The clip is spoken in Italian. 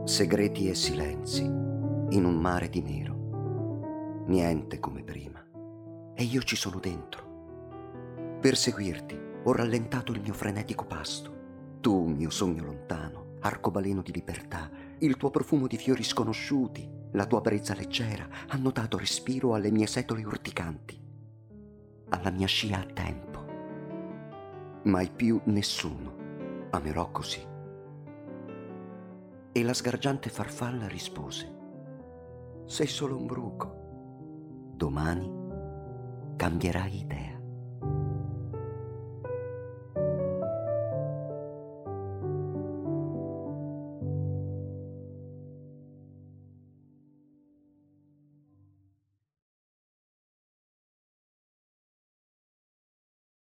Segreti e silenzi in un mare di nero. Niente come prima. E io ci sono dentro. Per seguirti ho rallentato il mio frenetico pasto. Tu, mio sogno lontano, arcobaleno di libertà, il tuo profumo di fiori sconosciuti, la tua brezza leggera hanno dato respiro alle mie setole urticanti, alla mia scia a tempo. Mai più nessuno amerò così. E la sgargiante farfalla rispose: sei solo un bruco. Domani cambierai idea.